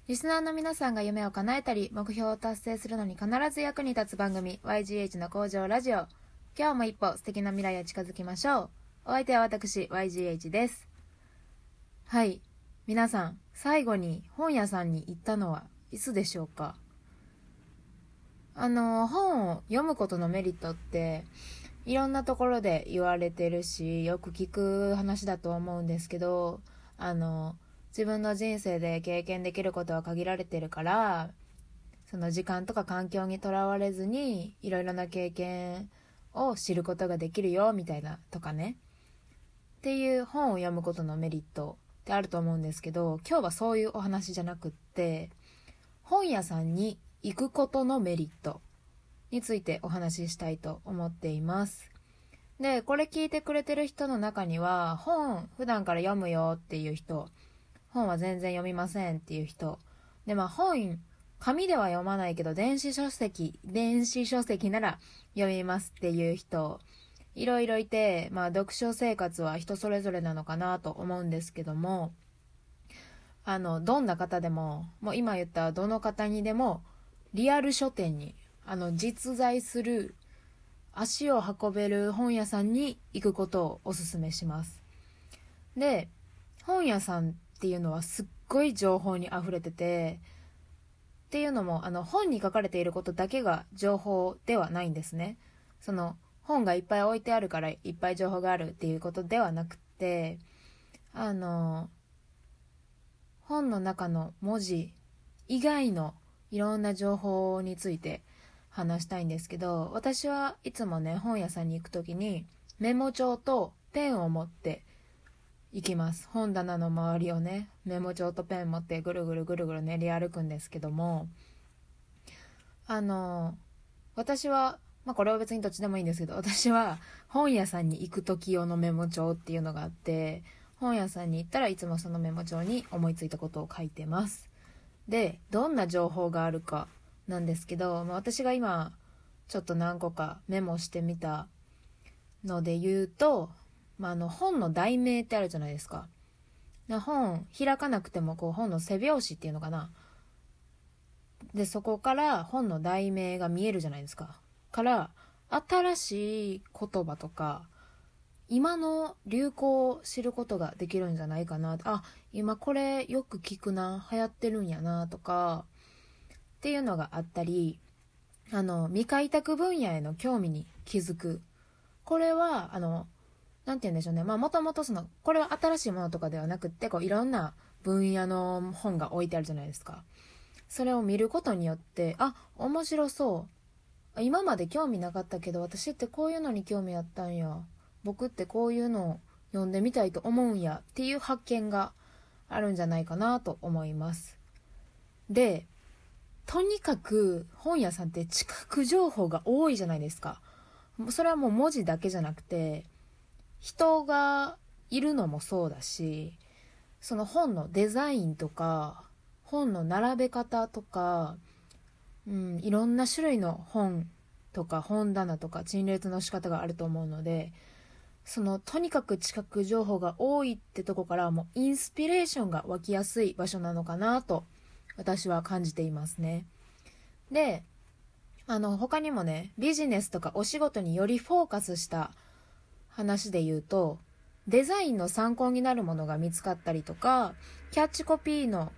リスナーの皆さんが夢を叶えたり、目標を達成するのに必ず役に立つ番組、YGH の工場ラジオ。今日も一歩素敵な未来へ近づきましょう。お相手は私、YGH です。はい。皆さん、最後に本屋さんに行ったのはいつでしょうか？本を読むことのメリットって、いろんなところで言われてるし、よく聞く話だと思うんですけど、自分の人生で経験できることは限られてるから、その時間とか環境にとらわれずにいろいろな経験を知ることができるよみたいなとかねっていう本を読むことのメリットってあると思うんですけど、今日はそういうお話じゃなくって、本屋さんに行くことのメリットについてお話ししたいと思っています。で、これ聞いてくれてる人の中には、本普段から読むよっていう人、本は全然読みませんっていう人で、本紙では読まないけど電子書籍なら読みますっていう人いろいろいて、読書生活は人それぞれなのかなと思うんですけども、どんな方でも、もう今言ったどの方にでもリアル書店に実在する足を運べる本屋さんに行くことをおすすめします。で、本屋さんっていうのはすっごい情報に溢れてて、っていうのも本に書かれていることだけが情報ではないんですね。その本がいっぱい置いてあるからいっぱい情報があるっていうことではなくて、本の中の文字以外のいろんな情報について話したいんですけど、私はいつもね、本屋さんに行くときにメモ帳とペンを持って行きます。本棚の周りをね、メモ帳とペン持ってぐるぐるぐるぐる練り歩くんですけども、私は、これは別にどっちでもいいんですけど、私は本屋さんに行く時用のメモ帳っていうのがあって、本屋さんに行ったらいつもそのメモ帳に思いついたことを書いてます。で、どんな情報があるかなんですけど、私が今ちょっと何個かメモしてみたので言うと、本の題名ってあるじゃないですか。本開かなくても本の背表紙っていうのかな。で、そこから本の題名が見えるじゃないですか。から新しい言葉とか今の流行を知ることができるんじゃないかな。今これよく聞くな、流行ってるんやなとかっていうのがあったり、未開拓分野への興味に気づく。これはなんて言うんでしょうね。もともとこれは新しいものとかではなくって、いろんな分野の本が置いてあるじゃないですか。それを見ることによって、面白そう。今まで興味なかったけど、私ってこういうのに興味あったんや。僕ってこういうのを読んでみたいと思うんやっていう発見があるんじゃないかなと思います。で、とにかく本屋さんって知覚情報が多いじゃないですか。それはもう文字だけじゃなくて、人がいるのもそうだし、その本のデザインとか本の並べ方とか、いろんな種類の本とか本棚とか陳列の仕方があると思うので、とにかく知覚情報が多いってとこからもうインスピレーションが湧きやすい場所なのかなと私は感じていますね。で、他にもね、ビジネスとかお仕事によりフォーカスした話で言うと、デザインの参考になるものが見つかったりとか、キャッチコピーの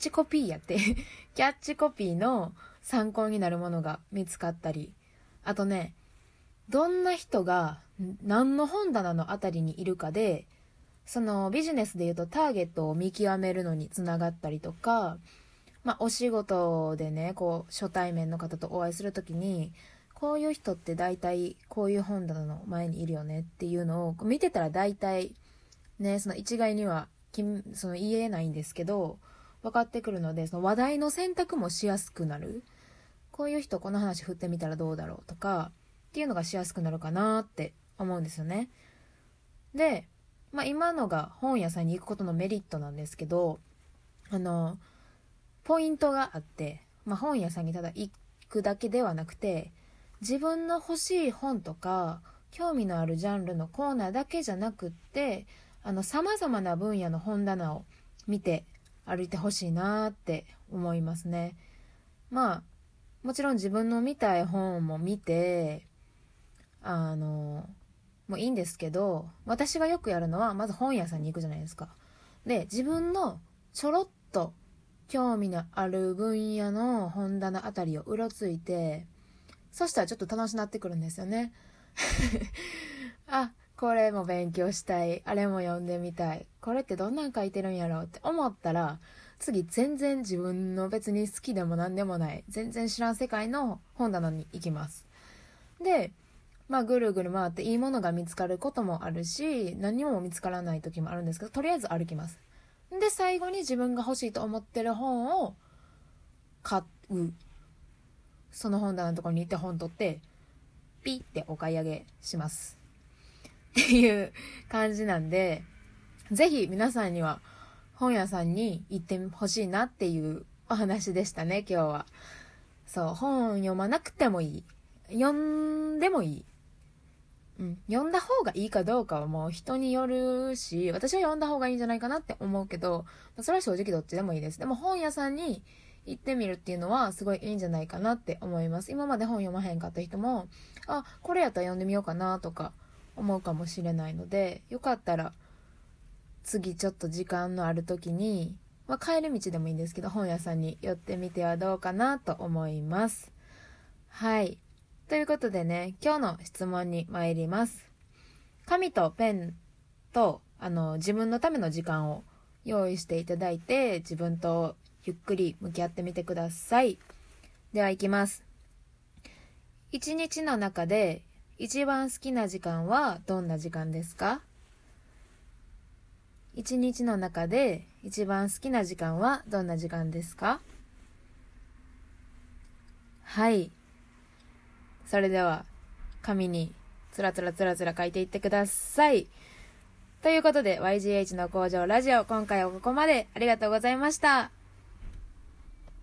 参考になるものが見つかったり、あとね、どんな人が何の本棚のあたりにいるかで、そのビジネスで言うとターゲットを見極めるのにつながったりとか、お仕事でね、初対面の方とお会いするときに、こういう人って大体こういう本棚の前にいるよねっていうのを見てたら大体ね、その一概には言えないんですけど、分かってくるので、その話題の選択もしやすくなる。こういう人この話振ってみたらどうだろうとかっていうのがしやすくなるかなって思うんですよね。で、今のが本屋さんに行くことのメリットなんですけど、ポイントがあって、本屋さんにただ行くだけではなくて、自分の欲しい本とか興味のあるジャンルのコーナーだけじゃなくって、様々な分野の本棚を見て歩いてほしいなって思いますね。まあもちろん自分の見たい本も見てもういいんですけど、私がよくやるのはまず本屋さんに行くじゃないですか。で、自分のちょろっと興味のある分野の本棚あたりをうろついて、そしたらちょっと楽しなってくるんですよね。あ、これも勉強したい、あれも読んでみたい、これってどんなん書いてるんやろうって思ったら、次全然自分の別に好きでも何でもない全然知らん世界の本棚に行きます。で、ぐるぐる回っていいものが見つかることもあるし、何も見つからない時もあるんですけど、とりあえず歩きます。で、最後に自分が欲しいと思ってる本を買う。その本棚のところに行って本取ってピッてお買い上げしますっていう感じなんで、ぜひ皆さんには本屋さんに行ってほしいなっていうお話でしたね、今日は。そう、本読まなくてもいい、読んでもいい、読んだ方がいいかどうかはもう人によるし、私は読んだ方がいいんじゃないかなって思うけど、それは正直どっちでもいいです。でも本屋さんに行ってみるっていうのはすごいいいんじゃないかなって思います。今まで本読まへんかった人も、あ、これやったら読んでみようかなとか思うかもしれないので、よかったら次ちょっと時間のある時に、帰り道でもいいんですけど、本屋さんに寄ってみてはどうかなと思います。はい。ということでね、今日の質問に参ります。紙とペンと自分のための時間を用意していただいて、自分とゆっくり向き合ってみてください。では行きます。一日の中で一番好きな時間はどんな時間ですか？一日の中で一番好きな時間はどんな時間ですか？はい。それでは紙につらつら書いていってください。ということで YGH の工場ラジオ、今回はここまで。ありがとうございました。